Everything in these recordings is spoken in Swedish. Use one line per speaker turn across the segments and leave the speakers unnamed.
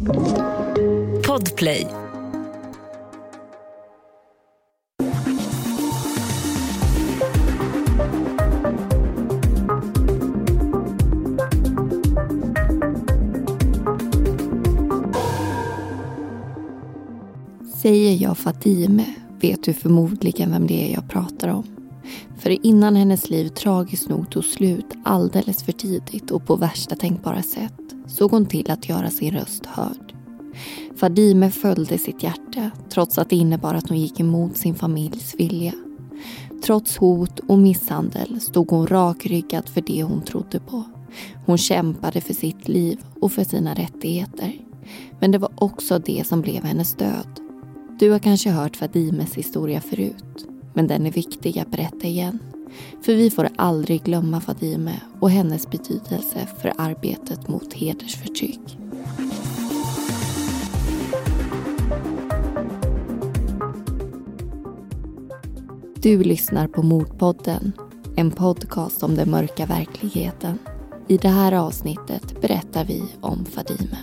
Podplay.
Säger jag Fadime vet du förmodligen vem det är jag pratar om. För innan hennes liv tragiskt nog tog slut alldeles för tidigt och på värsta tänkbara sätt såg hon till att göra sin röst hörd. Fadime följde sitt hjärta trots att det innebar att hon gick emot sin familjs vilja. Trots hot och misshandel stod hon rakryggad för det hon trodde på. Hon kämpade för sitt liv och för sina rättigheter. Men det var också det som blev hennes död. Du har kanske hört Fadimes historia förut, men den är viktig att berätta igen. För vi får aldrig glömma Fadime och hennes betydelse för arbetet mot hedersförtryck. Du lyssnar på Mordpodden, en podcast om den mörka verkligheten. I det här avsnittet berättar vi om Fadime.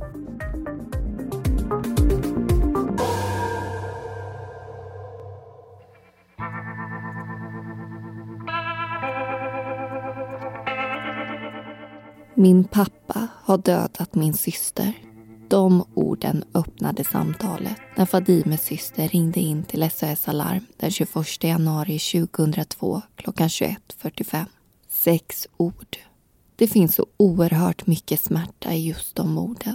Min pappa har dödat min syster. De orden öppnade samtalet när Fadimes syster ringde in till SOS Alarm den 21 januari 2002 klockan 21:45. 6 ord. Det finns så oerhört mycket smärta i just de orden.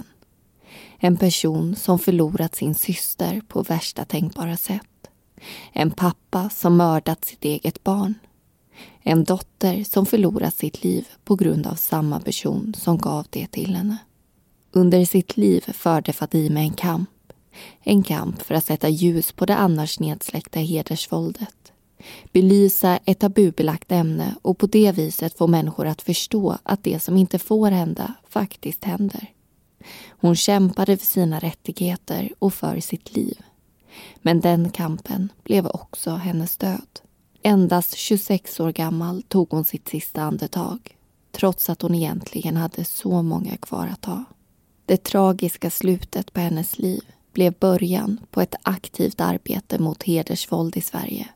En person som förlorat sin syster på värsta tänkbara sätt. En pappa som mördat sitt eget barn. En dotter som förlorat sitt liv på grund av samma person som gav det till henne. Under sitt liv förde Fadime en kamp. En kamp för att sätta ljus på det annars nedsläckta hedersvåldet. Belysa ett tabubelagt ämne och på det viset få människor att förstå att det som inte får hända faktiskt händer. Hon kämpade för sina rättigheter och för sitt liv. Men den kampen blev också hennes död. Endast 26 år gammal tog hon sitt sista andetag, trots att hon egentligen hade så många kvar att ta. Det tragiska slutet på hennes liv blev början på ett aktivt arbete mot hedersvåld i Sverige.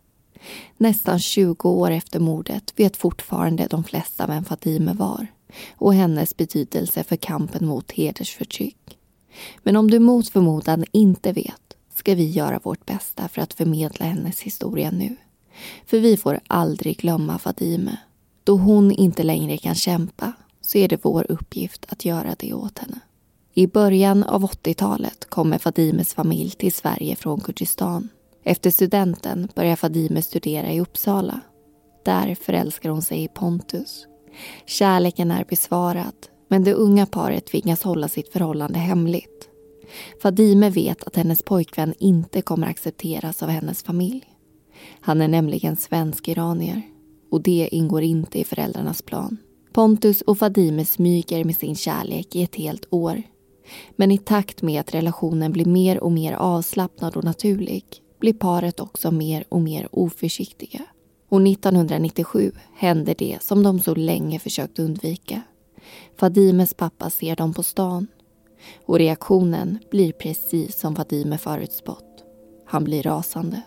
Nästan 20 år efter mordet vet fortfarande de flesta vem Fadime var och hennes betydelse för kampen mot hedersförtryck. Men om du mot förmodan inte vet ska vi göra vårt bästa för att förmedla hennes historia nu. För vi får aldrig glömma Fadime. Då hon inte längre kan kämpa så är det vår uppgift att göra det åt henne. I början av 80-talet kommer Fadimes familj till Sverige från Kurdistan. Efter studenten börjar Fadime studera i Uppsala. Där förälskar hon sig i Pontus. Kärleken är besvarad, men det unga paret tvingas hålla sitt förhållande hemligt. Fadime vet att hennes pojkvän inte kommer accepteras av hennes familj. Han är nämligen svensk-iranier och det ingår inte i föräldrarnas plan. Pontus och Fadime smyger med sin kärlek i ett helt år. Men i takt med att relationen blir mer och mer avslappnad och naturlig blir paret också mer och mer oförsiktiga. Och 1997 händer det som de så länge försökt undvika. Fadimes pappa ser dem på stan. Och reaktionen blir precis som Fadime förutspått. Han blir rasande.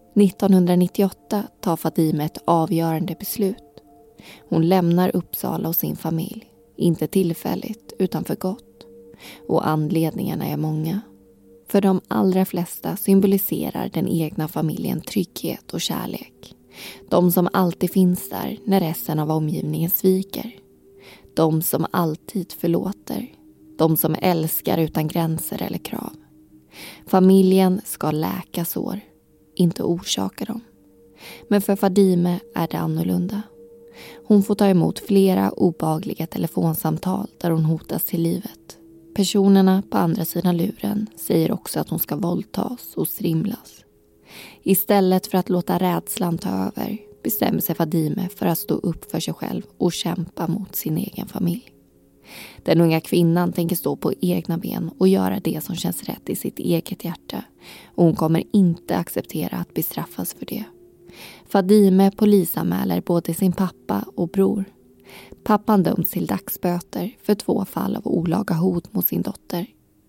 1998 tar Fadime ett avgörande beslut. Hon lämnar Uppsala och sin familj. Inte tillfälligt utan för gott. Och anledningarna är många. För de allra flesta symboliserar den egna familjen trygghet och kärlek. De som alltid finns där när resten av omgivningen sviker. De som alltid förlåter. De som älskar utan gränser eller krav. Familjen ska läka sår, inte orsaka dem. Men för Fadime är det annorlunda. Hon får ta emot flera obehagliga telefonsamtal där hon hotas till livet. Personerna på andra sidan luren säger också att hon ska våldtas och strimlas. Istället för att låta rädslan ta över bestämmer sig Fadime för att stå upp för sig själv och kämpa mot sin egen familj. Den unga kvinnan tänker stå på egna ben och göra det som känns rätt i sitt eget hjärta. Och hon kommer inte acceptera att bestraffas för det. Fadime polisanmäler både sin pappa och bror. Pappan döms till dagsböter för 2 fall av olaga hot mot sin dotter.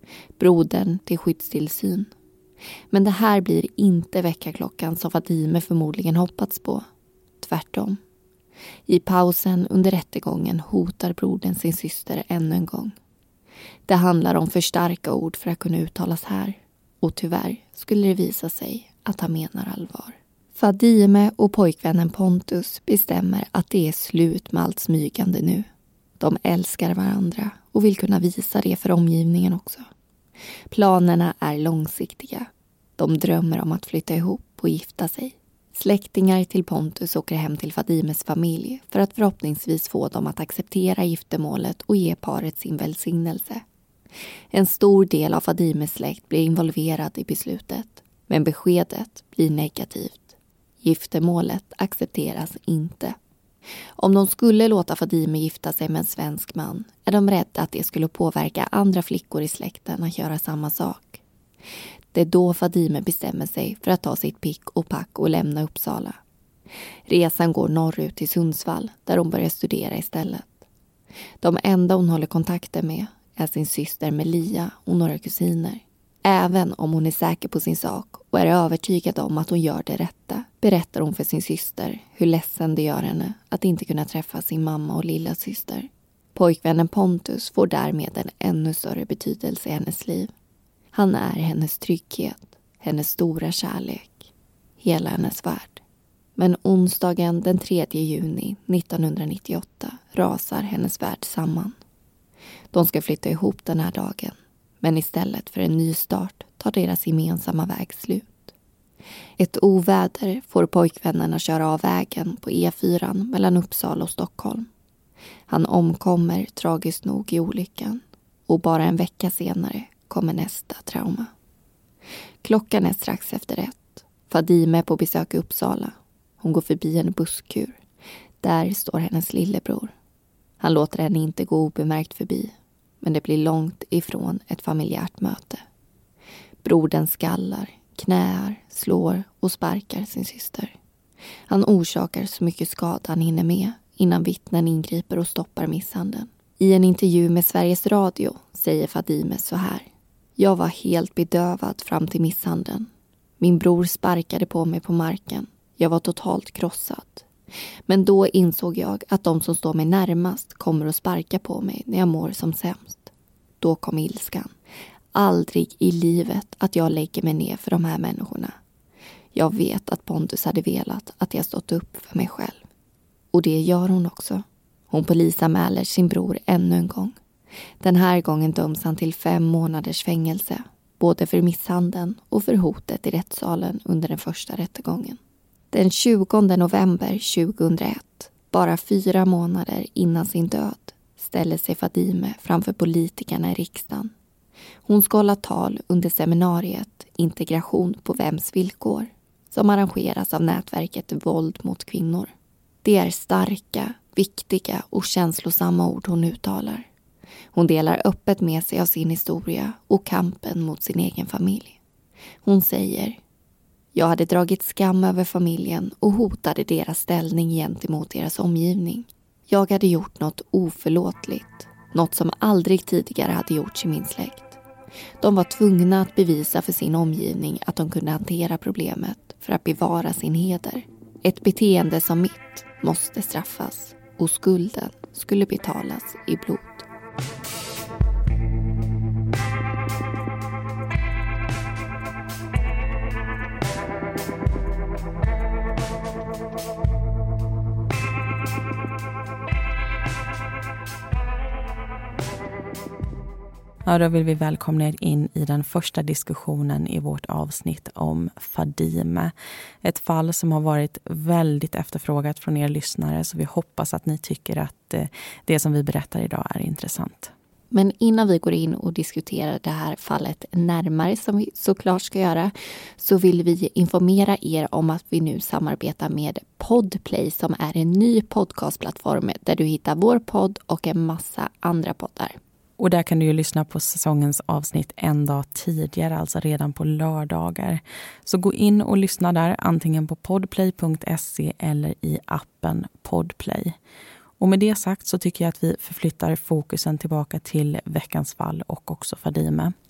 Brodern till skyddstillsyn. Men det här blir inte väckarklockan som Fadime förmodligen hoppats på. Tvärtom. I pausen under rättegången hotar brodern sin syster ännu en gång. Det handlar om för starka ord för att kunna uttalas här. Och tyvärr skulle det visa sig att han menar allvar. Fadime och pojkvännen Pontus bestämmer att det är slut med allt smygande nu. De älskar varandra och vill kunna visa det för omgivningen också. Planerna är långsiktiga. De drömmer om att flytta ihop och gifta sig. Släktingar till Pontus åker hem till Fadimes familj för att förhoppningsvis få dem att acceptera giftermålet och ge paret sin välsignelse. En stor del av Fadimes släkt blir involverad i beslutet, men beskedet blir negativt. Giftermålet accepteras inte. Om de skulle låta Fadime gifta sig med en svensk man är de rädda att det skulle påverka andra flickor i släkten att göra samma sak. Det är då Fadime bestämmer sig för att ta sitt pick och pack och lämna Uppsala. Resan går norrut till Sundsvall där hon börjar studera istället. De enda hon håller kontakten med är sin syster Melia och några kusiner. Även om hon är säker på sin sak och är övertygad om att hon gör det rätta, berättar hon för sin syster hur ledsen det gör henne att inte kunna träffa sin mamma och lilla syster. Pojkvännen Pontus får därmed en ännu större betydelse i hennes liv. Han är hennes trygghet, hennes stora kärlek, hela hennes värld. Men onsdagen den 3 juni 1998 rasar hennes värld samman. De ska flytta ihop den här dagen. Men istället för en ny start tar deras gemensamma väg slut. Ett oväder får pojkvännerna köra av vägen på E4 mellan Uppsala och Stockholm. Han omkommer tragiskt nog i olyckan och bara en vecka senare kommer nästa trauma. Klockan är strax efter 1. Fadime är på besök i Uppsala. Hon går förbi en busskur. Där står hennes lillebror. Han låter henne inte gå obemärkt förbi. Men det blir långt ifrån ett familjärt möte. Brodern skallar, knäar, slår och sparkar sin syster. Han orsakar så mycket skada han hinner med innan vittnen ingriper och stoppar misshandeln. I en intervju med Sveriges Radio säger Fadime så här. Jag var helt bedövad fram till misshandeln. Min bror sparkade på mig på marken. Jag var totalt krossad. Men då insåg jag att de som står mig närmast kommer att sparka på mig när jag mår som sämst. Då kom ilskan. Aldrig i livet att jag lägger mig ner för de här människorna. Jag vet att Pontus hade velat att jag stått upp för mig själv. Och det gör hon också. Hon polisanmäler sin bror ännu en gång. Den här gången döms han till 5 månaders fängelse. Både för misshandeln och för hotet i rättssalen under den första rättegången. Den 20 november 2001, bara 4 månader innan sin död, ställer sig Fadime framför politikerna i riksdagen. Hon ska hålla tal under seminariet Integration på vems villkor, som arrangeras av nätverket Våld mot kvinnor. Det är starka, viktiga och känslosamma ord hon uttalar. Hon delar öppet med sig av sin historia och kampen mot sin egen familj. Hon säger: jag hade dragit skam över familjen och hotade deras ställning gentemot deras omgivning. Jag hade gjort något oförlåtligt, något som aldrig tidigare hade gjorts i min släkt. De var tvungna att bevisa för sin omgivning att de kunde hantera problemet för att bevara sin heder. Ett beteende som mitt måste straffas och skulden skulle betalas i blod.
Ja, då vill vi välkomna er in i den första diskussionen i vårt avsnitt om Fadime. Ett fall som har varit väldigt efterfrågat från er lyssnare, så vi hoppas att ni tycker att det som vi berättar idag är intressant.
Men innan vi går in och diskuterar det här fallet närmare, som vi såklart ska göra, så vill vi informera er om att vi nu samarbetar med Podplay, som är en ny podcastplattform där du hittar vår podd och en massa andra poddar.
Och där kan du ju lyssna på säsongens avsnitt en dag tidigare, alltså redan på lördagar. Så gå in och lyssna där, antingen på podplay.se eller i appen Podplay. Och med det sagt så tycker jag att vi förflyttar fokusen tillbaka till veckans fall och också Fadime.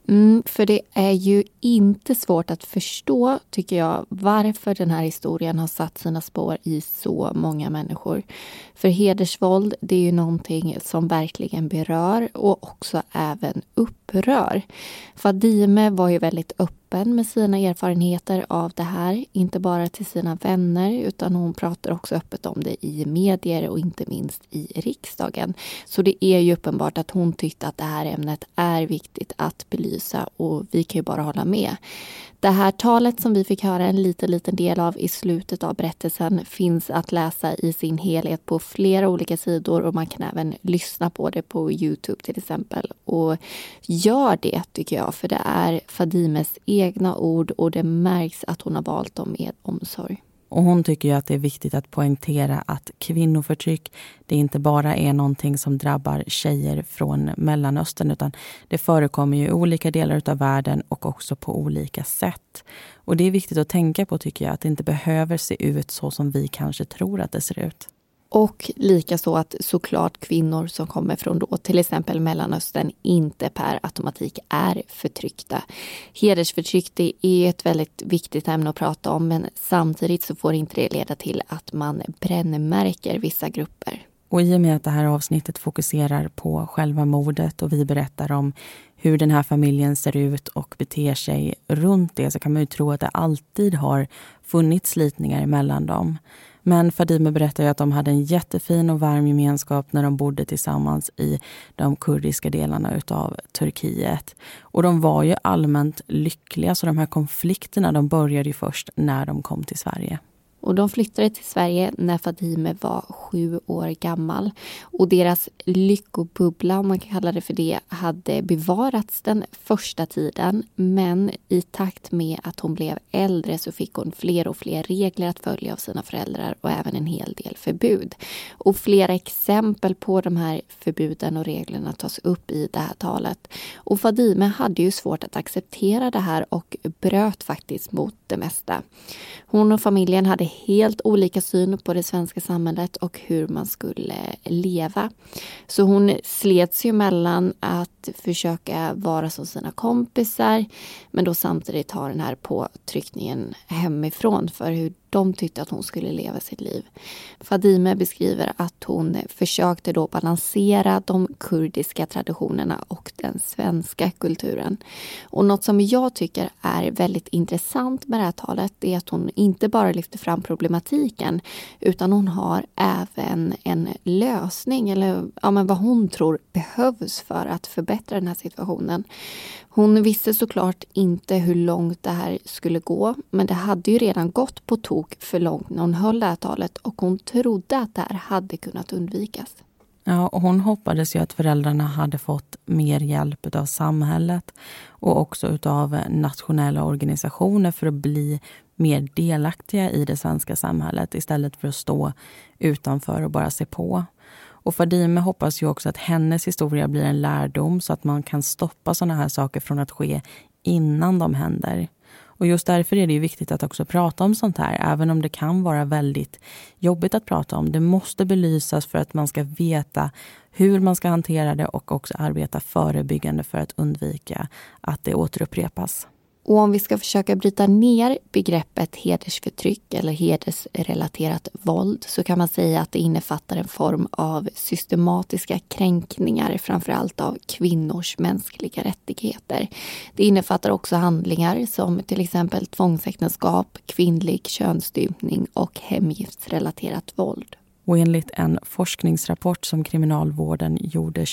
För det är ju inte svårt att förstå, tycker jag, varför den här historien har satt sina spår i så många människor. För hedersvåld, det är ju någonting som verkligen berör och också även upprör. Fadime var ju väldigt öppen med sina erfarenheter av det här, inte bara till sina vänner, utan hon pratar också öppet om det i medier och inte minst i riksdagen. Så det är ju uppenbart att hon tyckte att det här ämnet är viktigt att belysa, och vi kan ju bara hålla med. Det här talet som vi fick höra en liten del av i slutet av berättelsen finns att läsa i sin helhet på flera olika sidor, och man kan även lyssna på det på YouTube till exempel. Och gör det, tycker jag, för det är Fadimes egna ord och det märks att hon har valt dem med omsorg.
Och hon tycker ju att det är viktigt att poängtera att kvinnoförtryck, det inte bara är någonting som drabbar tjejer från Mellanöstern, utan det förekommer ju i olika delar av världen och också på olika sätt. Och det är viktigt att tänka på, tycker jag, att det inte behöver se ut så som vi kanske tror att det ser ut.
Och likaså att såklart kvinnor som kommer från då till exempel Mellanöstern inte per automatik är förtryckta. Hedersförtryck, det är ett väldigt viktigt ämne att prata om, men samtidigt så får inte det leda till att man brännmärker vissa grupper.
Och i och med att det här avsnittet fokuserar på själva mordet och vi berättar om hur den här familjen ser ut och beter sig runt det, så kan man ju tro att det alltid har funnits slitningar mellan dem. Men Fadime berättar ju att de hade en jättefin och varm gemenskap när de bodde tillsammans i de kurdiska delarna utav Turkiet. Och de var ju allmänt lyckliga, så de här konflikterna de började ju först när de kom till Sverige.
Och de flyttade till Sverige när Fadime var 7 år gammal. Och deras lyckobubbla, om man kan kalla det för det, hade bevarats den första tiden. Men i takt med att hon blev äldre så fick hon fler och fler regler att följa av sina föräldrar och även en hel del förbud. Och flera exempel på de här förbuden och reglerna tas upp i det här talet. Och Fadime hade ju svårt att acceptera det här och bröt faktiskt mot det mesta. Hon och familjen hade helt olika syn på det svenska samhället och hur man skulle leva. Så hon slets ju mellan att försöka vara som sina kompisar, men då samtidigt ha den här påtryckningen hemifrån för hur de tyckte att hon skulle leva sitt liv. Fadime beskriver att hon försökte då balansera de kurdiska traditionerna och den svenska kulturen. Och något som jag tycker är väldigt intressant med det här talet är att hon inte bara lyfter fram problematiken, utan hon har även en lösning, eller vad hon tror behövs för att förbättra den här situationen. Hon visste såklart inte hur långt det här skulle gå, men det hade ju redan gått på tok för långt när hon höll det här talet, och hon trodde att det här hade kunnat undvikas.
Ja, och hon hoppades ju att föräldrarna hade fått mer hjälp av samhället och också av nationella organisationer för att bli mer delaktiga i det svenska samhället istället för att stå utanför och bara se på. Och Fadime hoppas ju också att hennes historia blir en lärdom så att man kan stoppa sådana här saker från att ske innan de händer. Och just därför är det ju viktigt att också prata om sånt här, även om det kan vara väldigt jobbigt att prata om. Det måste belysas för att man ska veta hur man ska hantera det och också arbeta förebyggande för att undvika att det återupprepas.
Och om vi ska försöka bryta ner begreppet hedersförtryck eller hedersrelaterat våld, så kan man säga att det innefattar en form av systematiska kränkningar, framförallt av kvinnors mänskliga rättigheter. Det innefattar också handlingar som till exempel tvångsäktenskap, kvinnlig könsstympning och hemgiftsrelaterat våld.
Och enligt en forskningsrapport som kriminalvården gjorde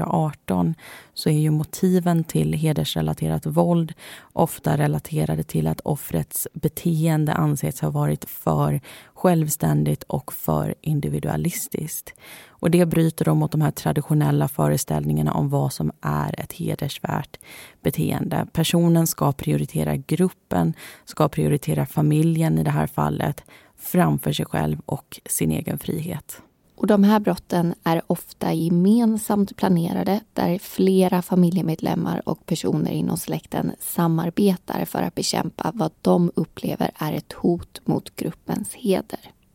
2018 så är ju motiven till hedersrelaterat våld ofta relaterade till att offrets beteende anses ha varit för självständigt och för individualistiskt. Och det bryter då mot de här traditionella föreställningarna om vad som är ett hedersvärt beteende. Personen ska prioritera gruppen, ska prioritera familjen i det här fallet, framför sig själv och sin egen frihet.
Och de här brotten är ofta gemensamt planerade, där flera familjemedlemmar och personer inom släkten samarbetar för att bekämpa vad de upplever är ett hot mot gruppens heder.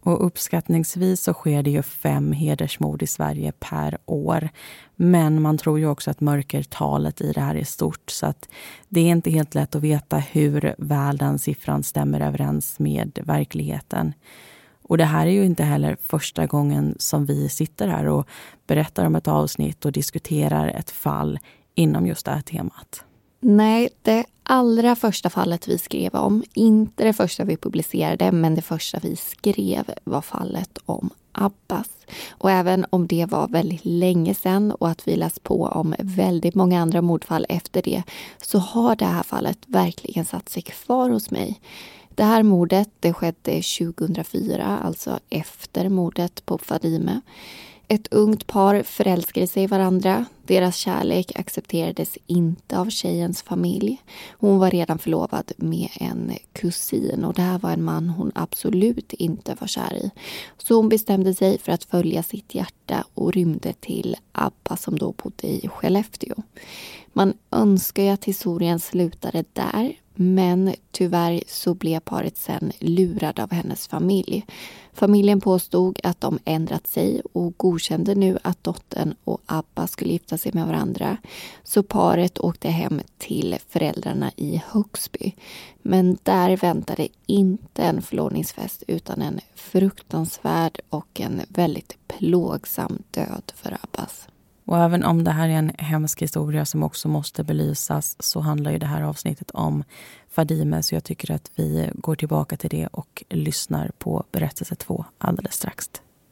Och uppskattningsvis så sker det ju 5 hedersmord i Sverige per år. Men man tror ju också att mörkertalet i det här är stort, så att det är inte helt lätt att veta hur väl den siffran stämmer överens med verkligheten. Och det här är ju inte heller första gången som vi sitter här och berättar om ett avsnitt och diskuterar ett fall inom just det här temat.
Nej, det allra första fallet vi skrev om, inte det första vi publicerade, men det första vi skrev var fallet om Abbas. Och även om det var väldigt länge sedan och att vi läst på om väldigt många andra mordfall efter det, så har det här fallet verkligen satt sig kvar hos mig. Det här mordet, det skedde 2004, alltså efter mordet på Fadime. Ett ungt par förälskade sig i varandra. Deras kärlek accepterades inte av tjejens familj. Hon var redan förlovad med en kusin och det här var en man hon absolut inte var kär i. Så hon bestämde sig för att följa sitt hjärta och rymde till Abbas som då bodde i Skellefteå. Man önskar ju att historien slutade där, men tyvärr så blev paret sen lurad av hennes familj. Familjen påstod att de ändrat sig och godkände nu att dottern och Abbas skulle gifta sig med varandra. Så paret åkte hem till föräldrarna i Högsby. Men där väntade inte en förlovningsfest utan en fruktansvärd och en väldigt plågsam död för Abbas.
Och även om det här är en hemsk historia som också måste belysas, så handlar ju det här avsnittet om Fadime, så jag tycker att vi går tillbaka till det och lyssnar på berättelse 2 alldeles strax.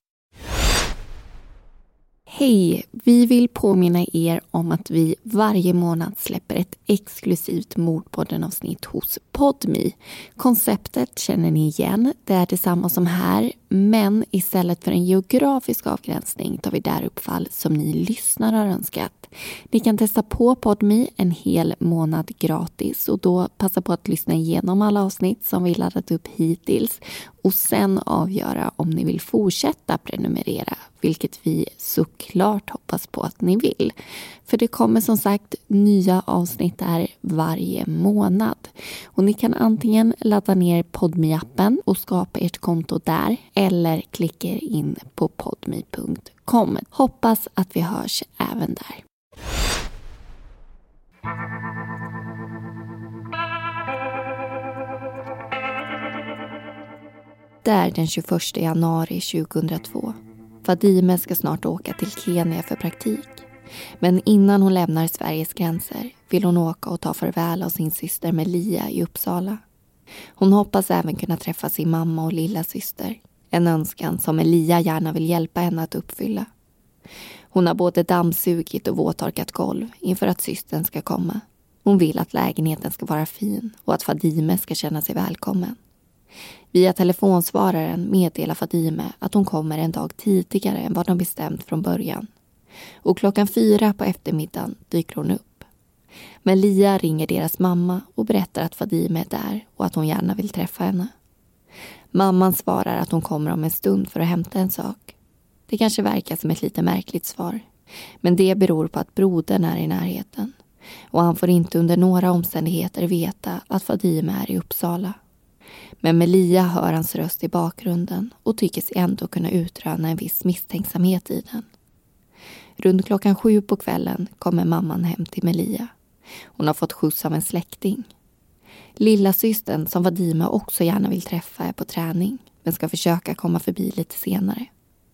Hej! Vi vill påminna er om att vi varje månad släpper ett exklusivt Mordpodden-avsnitt hos Podme. Konceptet känner ni igen, det är detsamma som här, men istället för en geografisk avgränsning tar vi där upp fall som ni lyssnare har önskat. Ni kan testa på Podme en hel månad gratis och då passa på att lyssna igenom alla avsnitt som vi laddat upp hittills och sen avgöra om ni vill fortsätta prenumerera, vilket vi såklart hoppas på att ni vill. För det kommer som sagt nya avsnitt där varje månad. Och ni kan antingen ladda ner Podme-appen och skapa ert konto där eller klicka in på podme.com. Hoppas att vi hörs även där. Det är den 21 januari 2002. Fadime ska snart åka till Kenya för praktik. Men innan hon lämnar Sveriges gränser vill hon åka och ta farväl av sin syster Melia i Uppsala. Hon hoppas även kunna träffa sin mamma och lilla syster. En önskan som Melia gärna vill hjälpa henne att uppfylla. Hon har både dammsugit och våttorkat golv inför att systern ska komma. Hon vill att lägenheten ska vara fin och att Fadime ska känna sig välkommen. Via telefonsvararen meddelar Fadime att hon kommer en dag tidigare än vad de bestämt från början. Och 4:00 på eftermiddagen dyker hon upp. Melia ringer deras mamma och berättar att Fadime är där och att hon gärna vill träffa henne. Mamman svarar att hon kommer om en stund för att hämta en sak. Det kanske verkar som ett lite märkligt svar. Men det beror på att brodern är i närheten. Och han får inte under några omständigheter veta att Fadime är i Uppsala. Men Melia hör hans röst i bakgrunden och tycker sig ändå kunna utröna en viss misstänksamhet i den. Runt 7:00 på kvällen kommer mamman hem till Melia. Hon har fått skjuts av en släkting. Lilla systern som Fadime också gärna vill träffa är på träning men ska försöka komma förbi lite senare.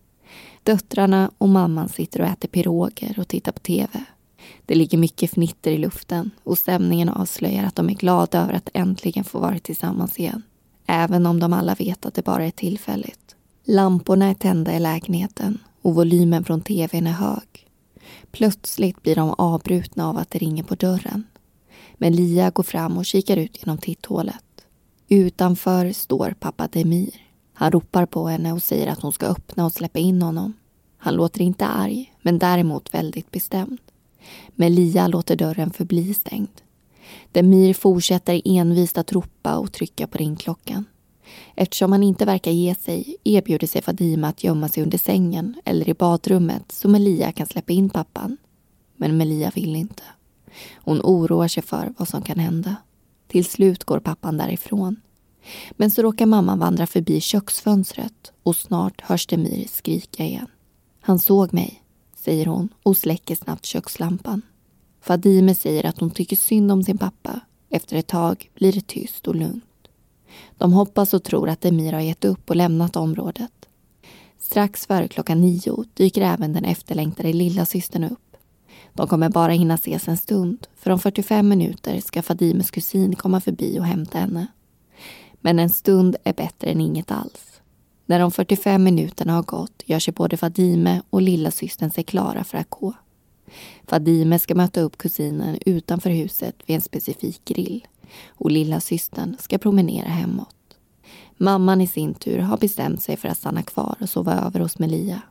Döttrarna och mamman sitter och äter piroger och tittar på tv. Det ligger mycket fnitter i luften och stämningen avslöjar att de är glada över att äntligen få vara tillsammans igen. Även om de alla vet att det bara är tillfälligt. Lamporna är tända i lägenheten och volymen från tvn är hög. Plötsligt blir de avbrutna av att det ringer på dörren. Men Lia går fram och kikar ut genom titthålet. Utanför står pappa Demir. Han ropar på henne och säger att hon ska öppna och släppa in honom. Han låter inte arg, men däremot väldigt bestämd. Men Lia låter dörren förbli stängd. Demir fortsätter envist att ropa och trycka på ringklockan. Eftersom han inte verkar ge sig erbjuder sig Fadime att gömma sig under sängen eller i badrummet så Melia kan släppa in pappan. Men Melia vill inte. Hon oroar sig för vad som kan hända. Till slut går pappan därifrån. Men så råkar mamman vandra förbi köksfönstret och snart hörs Demir skrika igen. Han såg mig, säger hon och släcker snabbt kökslampan. Fadime säger att hon tycker synd om sin pappa. Efter ett tag blir det tyst och lugnt. De hoppas och tror att Demir har gett upp och lämnat området. Strax före 9:00 dyker även den efterlängtade lilla systern upp. De kommer bara hinna ses en stund, för om 45 minuter ska Fadimes kusin komma förbi och hämta henne. Men en stund är bättre än inget alls. När de 45 minuterna har gått gör sig både Fadime och lilla systern sig klara för att gå. Fadime ska möta upp kusinen utanför huset vid en specifik grill och lilla systern ska promenera hemåt. Mamman i sin tur har bestämt sig för att stanna kvar och sova över hos Melia.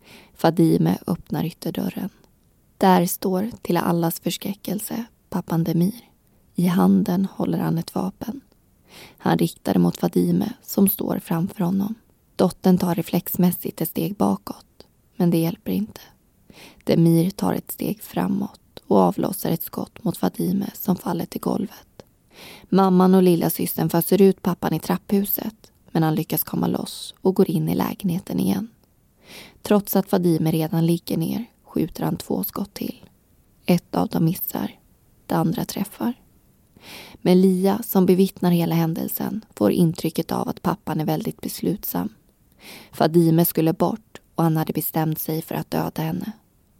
Fadime öppnar ytterdörren. Där står till allas förskräckelse pappan Demir. I handen håller han ett vapen. Han riktar det mot Fadime som står framför honom. Dottern tar reflexmässigt ett steg bakåt, men det hjälper inte. Demir tar ett steg framåt och avlossar ett skott mot Fadime som faller till golvet. Mamman och lilla systern föser ut pappan i trapphuset, men han lyckas komma loss och går in i lägenheten igen. Trots att Fadime redan ligger ner skjuter han 2 skott till. Ett av dem missar, det andra träffar. Melia, som bevittnar hela händelsen, får intrycket av att pappan är väldigt beslutsam. Fadime skulle bort och han hade bestämt sig för att döda henne.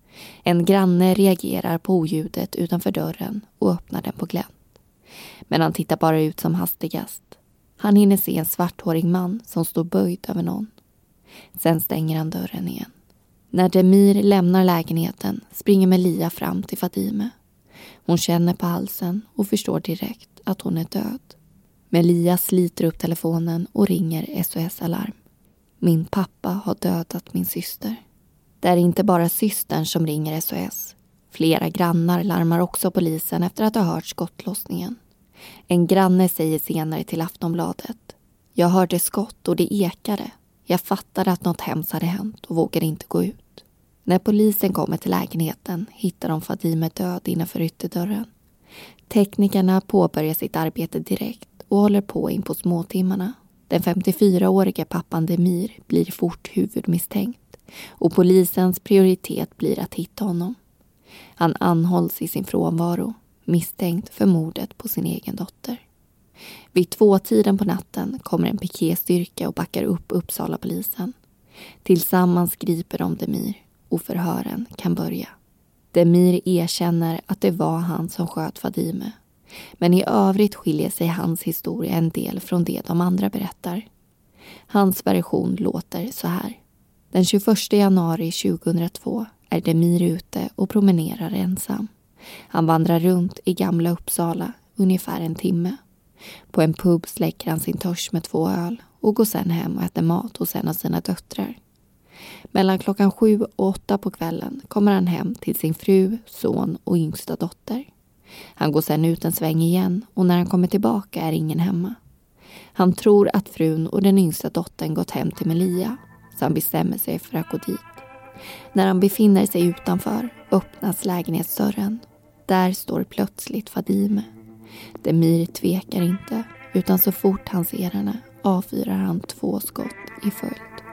En granne reagerar på oljudet utanför dörren och öppnar den på glänt. Men han tittar bara ut som hastigast. Han hinner se en svarthårig man som står böjd över någon. Sen stänger han dörren igen. När Demir lämnar lägenheten springer Melia fram till Fadime. Hon känner på halsen och förstår direkt att hon är död. Melia sliter upp telefonen och ringer SOS-alarm. Min pappa har dödat min syster. Det är inte bara systern som ringer SOS. Flera grannar larmar också polisen efter att ha hört skottlossningen. En granne säger senare till Aftonbladet: jag hörde skott och det ekade. Jag fattade att något hemskt hade hänt och vågade inte gå ut. När polisen kommer till lägenheten hittar de Fadime död innanför ytterdörren. Teknikerna påbörjar sitt arbete direkt och håller på in på småtimmarna. Den 54-årige pappan Demir blir fort huvudmisstänkt och polisens prioritet blir att hitta honom. Han anhålls i sin frånvaro, misstänkt för mordet på sin egen dotter. Vid 2-tiden på natten kommer en piketstyrka och backar upp Uppsala-polisen. Tillsammans griper de Demir och förhören kan börja. Demir erkänner att det var han som sköt Fadime. Men i övrigt skiljer sig hans historia en del från det de andra berättar. Hans version låter så här. Den 21 januari 2002 är Demir ute och promenerar ensam. Han vandrar runt i Gamla Uppsala ungefär en timme. På en pub släcker han sin törst med 2 öl och går sedan hem och äter mat hos en av sina döttrar. Mellan klockan 7 och 8 på kvällen kommer han hem till sin fru, son och yngsta dotter. Han går sedan ut en sväng igen och när han kommer tillbaka är ingen hemma. Han tror att frun och den yngsta dottern gått hem till Melia, så han bestämmer sig för att gå dit. När han befinner sig utanför öppnas lägenhetsdörren. Där står plötsligt Fadime. Demir tvekar inte, utan så fort han ser henne avfyrar han 2 skott i följd.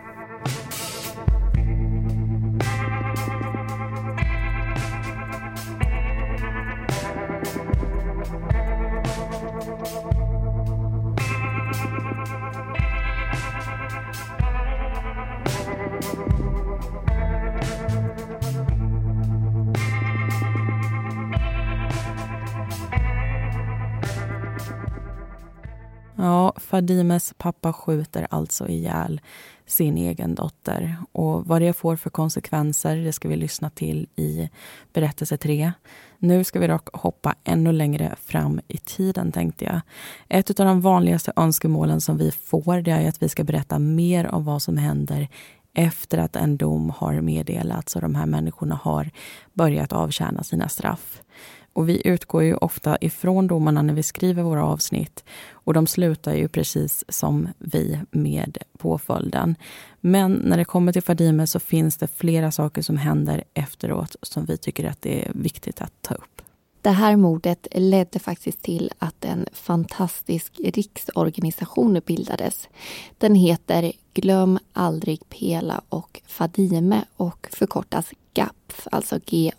Ja, Fadimes pappa skjuter alltså ihjäl sin egen dotter. Och vad det får för konsekvenser, det ska vi lyssna till i berättelse 3. Nu ska vi dock hoppa ännu längre fram i tiden, tänkte jag. Ett av de vanligaste önskemålen som vi får, det är att vi ska berätta mer om vad som händer efter att en dom har meddelats och de här människorna har börjat avtjäna sina straff. Och vi utgår ju ofta ifrån domarna när vi skriver våra avsnitt. Och de slutar ju precis som vi med påföljden. Men när det kommer till Fadime så finns det flera saker som händer efteråt som vi tycker att det är viktigt att ta upp.
Det här mordet ledde faktiskt till att en fantastisk riksorganisation bildades. Den heter Glöm aldrig Pela och Fadime och förkortas GAPF, alltså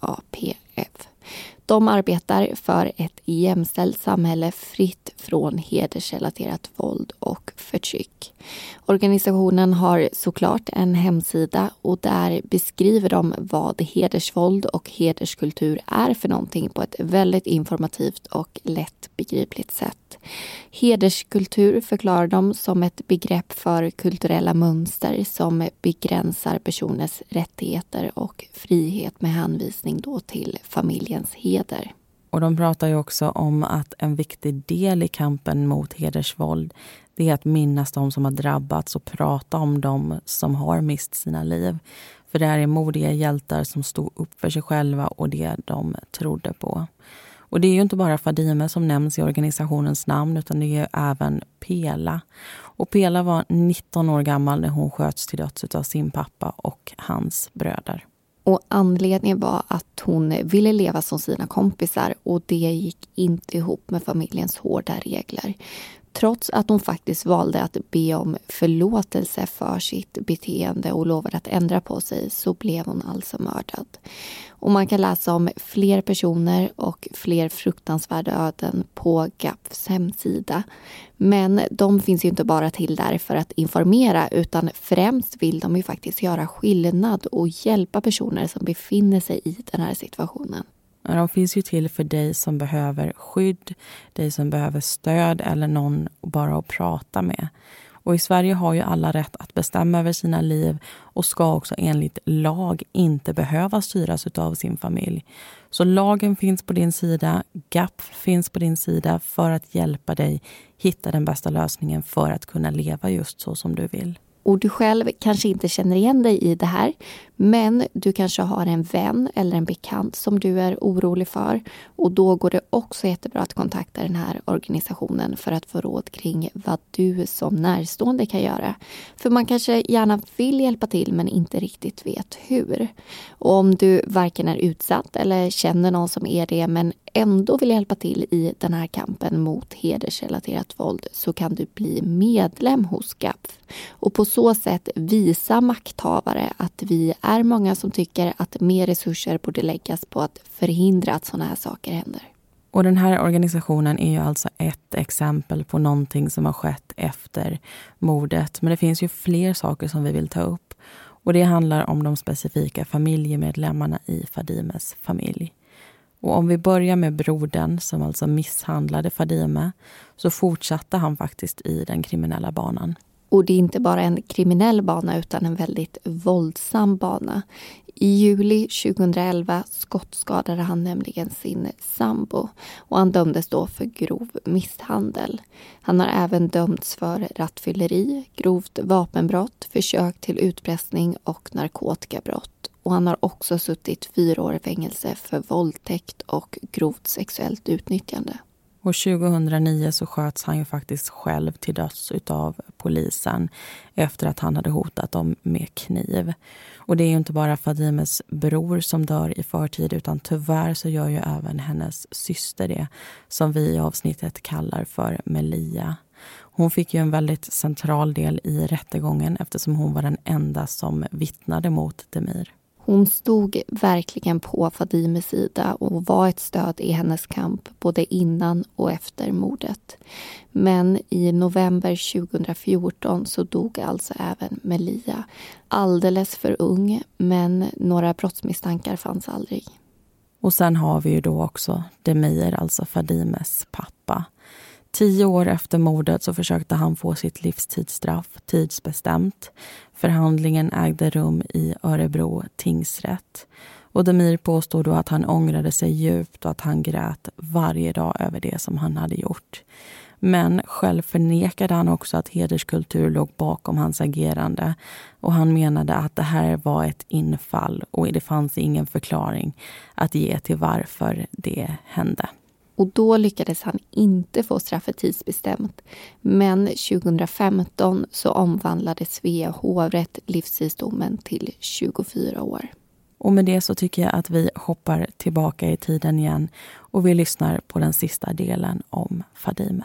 GAPF. De arbetar för ett jämställt samhälle fritt från hedersrelaterat våld och förtryck. Organisationen har såklart en hemsida och där beskriver de vad hedersvåld och hederskultur är för någonting på ett väldigt informativt och lättbegripligt sätt. Hederskultur förklarar de som ett begrepp för kulturella mönster som begränsar personers rättigheter och frihet med hänvisning då till familjens heder.
Och de pratar ju också om att en viktig del i kampen mot hedersvåld, det är att minnas de som har drabbats och prata om de som har mist sina liv. För det här är modiga hjältar som stod upp för sig själva och det de trodde på. Och det är ju inte bara Fadime som nämns i organisationens namn utan det är även Pela. Och Pela var 19 år gammal när hon sköts till döds av sin pappa och hans bröder.
Och anledningen var att hon ville leva som sina kompisar och det gick inte ihop med familjens hårda regler. Trots att hon faktiskt valde att be om förlåtelse för sitt beteende och lovade att ändra på sig så blev hon alltså mördad. Och man kan läsa om fler personer och fler fruktansvärda öden på GAPFs hemsida. Men de finns ju inte bara till där för att informera utan främst vill de ju faktiskt göra skillnad och hjälpa personer som befinner sig i den här situationen.
De finns ju till för dig som behöver skydd, dig som behöver stöd eller någon bara att prata med. Och i Sverige har ju alla rätt att bestämma över sina liv och ska också enligt lag inte behöva styras av sin familj. Så lagen finns på din sida, GAPF finns på din sida för att hjälpa dig hitta den bästa lösningen för att kunna leva just så som du vill.
Och du själv kanske inte känner igen dig i det här, men du kanske har en vän eller en bekant som du är orolig för. Och då går det också jättebra att kontakta den här organisationen för att få råd kring vad du som närstående kan göra. För man kanske gärna vill hjälpa till men inte riktigt vet hur. Och om du varken är utsatt eller känner någon som är det men ändå vill hjälpa till i den här kampen mot hedersrelaterat våld så kan du bli medlem hos GAPF. Och på så sätt visa makthavare att vi är många som tycker att mer resurser borde läggas på att förhindra att sådana här saker händer.
Och den här organisationen är ju alltså ett exempel på någonting som har skett efter mordet. Men det finns ju fler saker som vi vill ta upp. Och det handlar om de specifika familjemedlemmarna i Fadimes familj. Och om vi börjar med brodern som alltså misshandlade Fadime så fortsatte han faktiskt i den kriminella banan.
Och det är inte bara en kriminell bana utan en väldigt våldsam bana. I juli 2011 skottskadade han nämligen sin sambo och han dömdes då för grov misshandel. Han har även dömts för rattfylleri, grovt vapenbrott, försök till utpressning och narkotikabrott. Och han har också suttit 4 år i fängelse för våldtäkt och grovt sexuellt utnyttjande.
Och 2009 så sköts han ju faktiskt själv till döds utav polisen efter att han hade hotat dem med kniv. Och det är ju inte bara Fadimes bror som dör i förtid utan tyvärr så gör ju även hennes syster det som vi i avsnittet kallar för Melia. Hon fick ju en väldigt central del i rättegången eftersom hon var den enda som vittnade mot Demir.
Hon stod verkligen på Fadimes sida och var ett stöd i hennes kamp både innan och efter mordet. Men i november 2014 så dog alltså även Melia. Alldeles för ung, men några brottsmisstankar fanns aldrig.
Och sen har vi ju då också Demir, alltså Fadimes pappa. 10 år efter mordet så försökte han få sitt livstidsstraff tidsbestämt. Förhandlingen ägde rum i Örebro tingsrätt. Och Demir påstod då att han ångrade sig djupt och att han grät varje dag över det som han hade gjort. Men själv förnekade han också att hederskultur låg bakom hans agerande. Och han menade att det här var ett infall och det fanns ingen förklaring att ge till varför det hände.
Och då lyckades han inte få straffet tidsbestämt. Men 2015 så omvandlade Svea hovrätt livstidsdomen till 24 år.
Och med det så tycker jag att vi hoppar tillbaka i tiden igen och vi lyssnar på den sista delen om Fadime.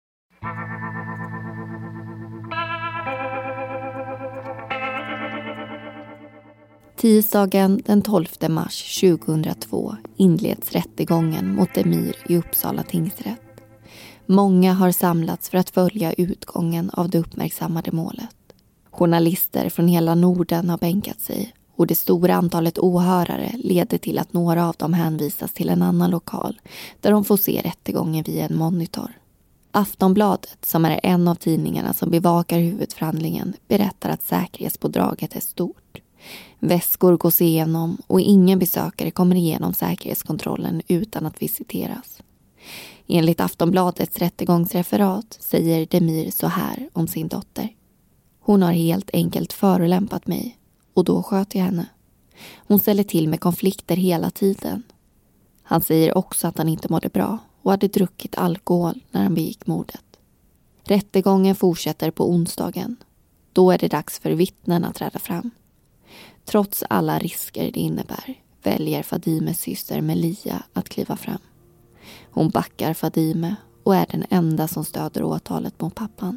Tisdagen den 12 mars 2002 inleds rättegången mot Demir i Uppsala tingsrätt. Många har samlats för att följa utgången av det uppmärksammade målet. Journalister från hela Norden har bänkat sig och det stora antalet åhörare leder till att några av dem hänvisas till en annan lokal där de får se rättegången via en monitor. Aftonbladet, som är en av tidningarna som bevakar huvudförhandlingen, berättar att säkerhetspådraget är stort. Väskor gås igenom och ingen besökare kommer igenom säkerhetskontrollen utan att visiteras. Enligt Aftonbladets rättegångsreferat säger Demir så här om sin dotter. Hon har helt enkelt förolämpat mig och då sköt jag henne. Hon ställer till med konflikter hela tiden. Han säger också att han inte mådde bra och hade druckit alkohol när han begick mordet. Rättegången fortsätter på onsdagen. Då är det dags för vittnen att träda fram. Trots alla risker det innebär väljer Fadimes syster Melia att kliva fram. Hon backar Fadime och är den enda som stöder åtalet mot pappan.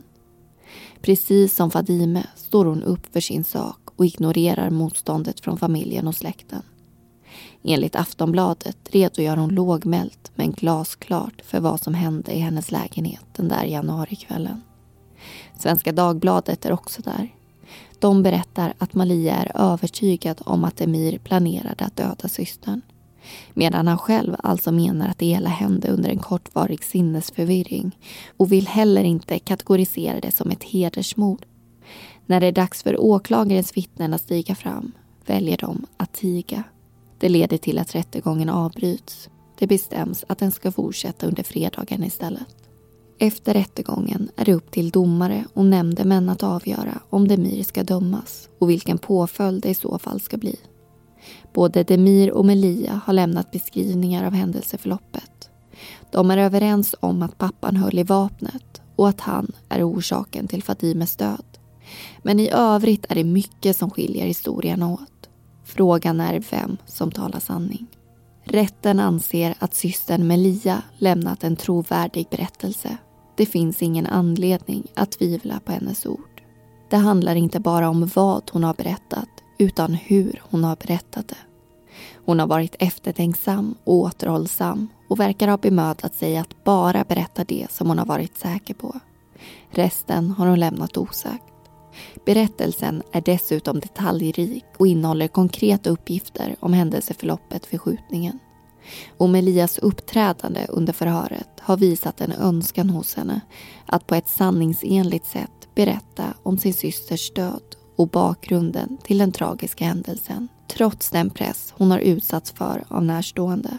Precis som Fadime står hon upp för sin sak och ignorerar motståndet från familjen och släkten. Enligt Aftonbladet redogör hon lågmält men glasklart för vad som hände i hennes lägenhet den där januarikvällen. Svenska Dagbladet är också där. De berättar att Malia är övertygad om att Demir planerade att döda systern. Medan han själv alltså menar att det hela hände under en kortvarig sinnesförvirring och vill heller inte kategorisera det som ett hedersmord. När det är dags för åklagarens vittnen att stiga fram väljer de att tiga. Det leder till att rättegången avbryts. Det bestäms att den ska fortsätta under fredagen istället. Efter rättegången är det upp till domare och nämndemän att avgöra om Demir ska dömas och vilken påföljd det i så fall ska bli. Både Demir och Melia har lämnat beskrivningar av händelseförloppet. De är överens om att pappan höll i vapnet och att han är orsaken till Fadimes död. Men i övrigt är det mycket som skiljer historierna åt. Frågan är vem som talar sanning. Rätten anser att systern Melia lämnat en trovärdig berättelse. Det finns ingen anledning att tvivla på hennes ord. Det handlar inte bara om vad hon har berättat utan hur hon har berättat det. Hon har varit eftertänksam och återhållsam och verkar ha bemödat sig att bara berätta det som hon har varit säker på. Resten har hon lämnat osagt. Berättelsen är dessutom detaljrik och innehåller konkreta uppgifter om händelseförloppet vid skjutningen. Och Melias uppträdande under förhöret har visat en önskan hos henne att på ett sanningsenligt sätt berätta om sin systers död och bakgrunden till den tragiska händelsen, trots den press hon har utsatts för av närstående.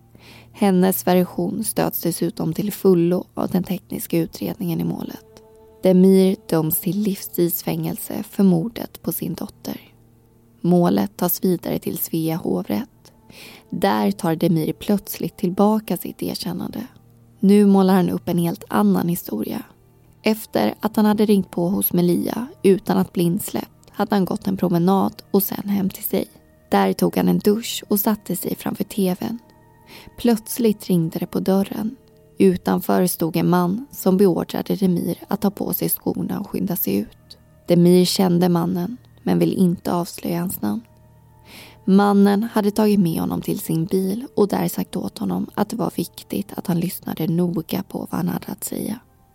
Hennes version stöds dessutom till fullo av den tekniska utredningen i målet. Demir döms till livstidsfängelse för mordet på sin dotter. Målet tas vidare till Svea hovrätt. Där tar Demir plötsligt tillbaka sitt erkännande. Nu målar han upp en helt annan historia. Efter att han hade ringt på hos Melia utan att bli insläppt hade han gått en promenad och sen hem till sig. Där tog han en dusch och satte sig framför tvn. Plötsligt ringde det på dörren. Utanför stod en man som beordrade Demir att ta på sig skorna och skynda sig ut. Demir kände mannen men ville inte avslöja hans namn. Mannen hade tagit med honom till sin bil och där sagt åt honom att det var viktigt att han lyssnade noga på vad han hade att säga.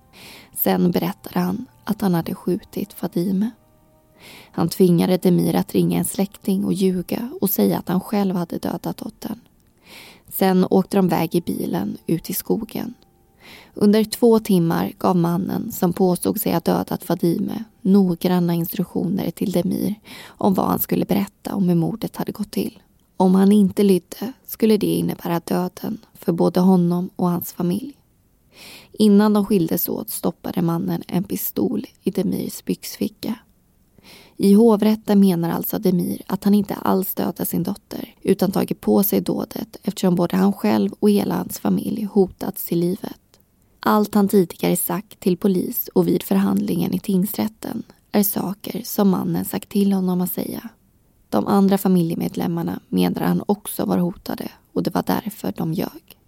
Sen berättade han att han hade skjutit Fadime. Han tvingade Demir att ringa en släkting och ljuga och säga att han själv hade dödat dottern. Sen åkte de väg i bilen ut i skogen. Under 2 timmar gav mannen som påstod sig ha dödat Fadime noggranna instruktioner till Demir om vad han skulle berätta om hur mordet hade gått till. Om han inte lydde skulle det innebära döden för både honom och hans familj. Innan de skildes åt stoppade mannen en pistol i Demirs byxficka. I hovrätten menar alltså Demir att han inte alls dödat sin dotter utan tagit på sig dådet eftersom både han själv och hela hans familj hotats till livet. Allt han tidigare sagt till polis och vid förhandlingen i tingsrätten är saker som mannen sagt till honom att säga. De andra familjemedlemmarna menar han också var hotade och det var därför de ljög.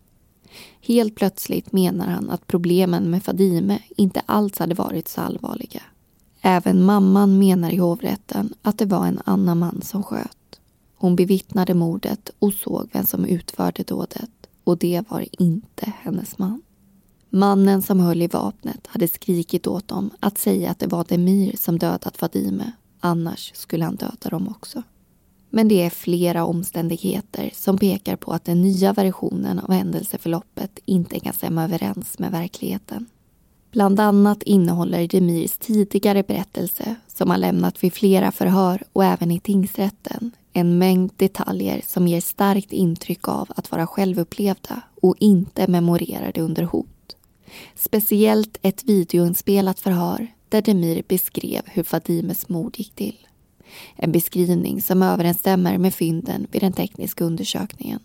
Helt plötsligt menar han att problemen med Fadime inte alls hade varit så allvarliga. Även mamman menar i hovrätten att det var en annan man som sköt. Hon bevittnade mordet och såg vem som utförde dådet och det var inte hennes man. Mannen som höll i vapnet hade skrikit åt dem att säga att det var Demir som dödat Fadime, annars skulle han döda dem också. Men det är flera omständigheter som pekar på att den nya versionen av händelseförloppet inte kan stämma överens med verkligheten. Bland annat innehåller Demirs tidigare berättelse, som har lämnat vid flera förhör och även i tingsrätten, en mängd detaljer som ger starkt intryck av att vara självupplevda och inte memorerade under hot. Speciellt ett videoinspelat förhör där Demir beskrev hur Fadimes mord gick till. En beskrivning som överensstämmer med fynden vid den tekniska undersökningen.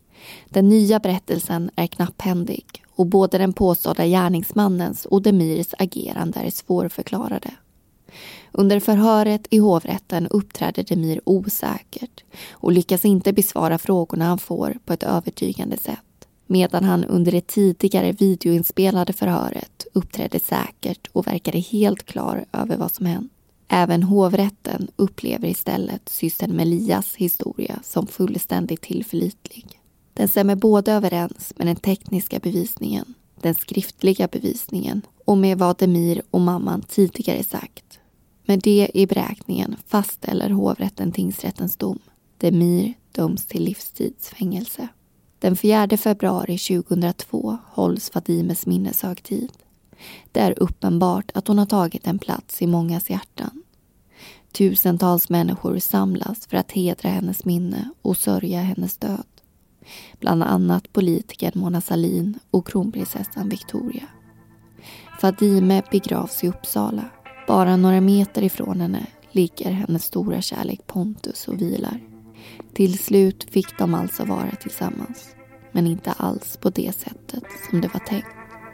Den nya berättelsen är knapphändig och både den påstådda gärningsmannens och Demirs agerande är svårförklarade. Under förhöret i hovrätten uppträder Demir osäkert och lyckas inte besvara frågorna han får på ett övertygande sätt. Medan han under det tidigare videoinspelade förhöret uppträdde säkert och verkade helt klar över vad som hänt. Även hovrätten upplever istället systern Melias historia som fullständigt tillförlitlig. Den stämmer både överens med den tekniska bevisningen, den skriftliga bevisningen och med vad Demir och mamman tidigare sagt. Med det i beräkningen fastställer hovrätten tingsrättens dom. Demir döms till livstidsfängelse. Den 4 februari 2002 hålls Fadimes minneshögtid. Det är uppenbart att hon har tagit en plats i mångas hjärtan. Tusentals människor samlas för att hedra hennes minne och sörja hennes död. Bland annat politikern Mona Sahlin och kronprinsessan Victoria. Fadime begravs i Uppsala. Bara några meter ifrån henne ligger hennes stora kärlek Pontus och vilar. Till slut fick de alltså vara tillsammans. Men inte alls på det sättet som det var tänkt.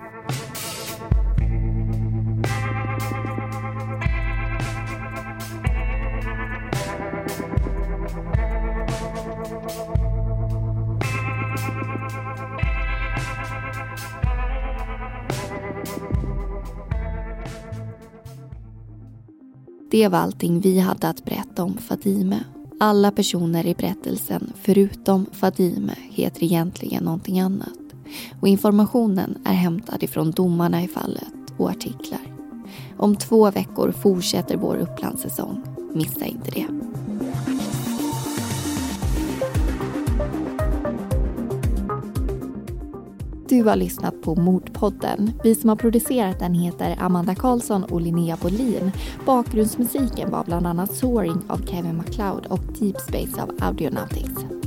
Det var allting vi hade att berätta om Fadime. Alla personer i berättelsen förutom Fadime heter egentligen någonting annat. Och informationen är hämtad ifrån domarna i fallet och artiklar. Om 2 veckor fortsätter vår Upplandssäsong. Missa inte det. Du har lyssnat på Mordpodden. Vi som har producerat den heter Amanda Karlsson och Linnea Bolin. Bakgrundsmusiken var bland annat Soaring av Kevin MacLeod och Deep Space av Audionautics.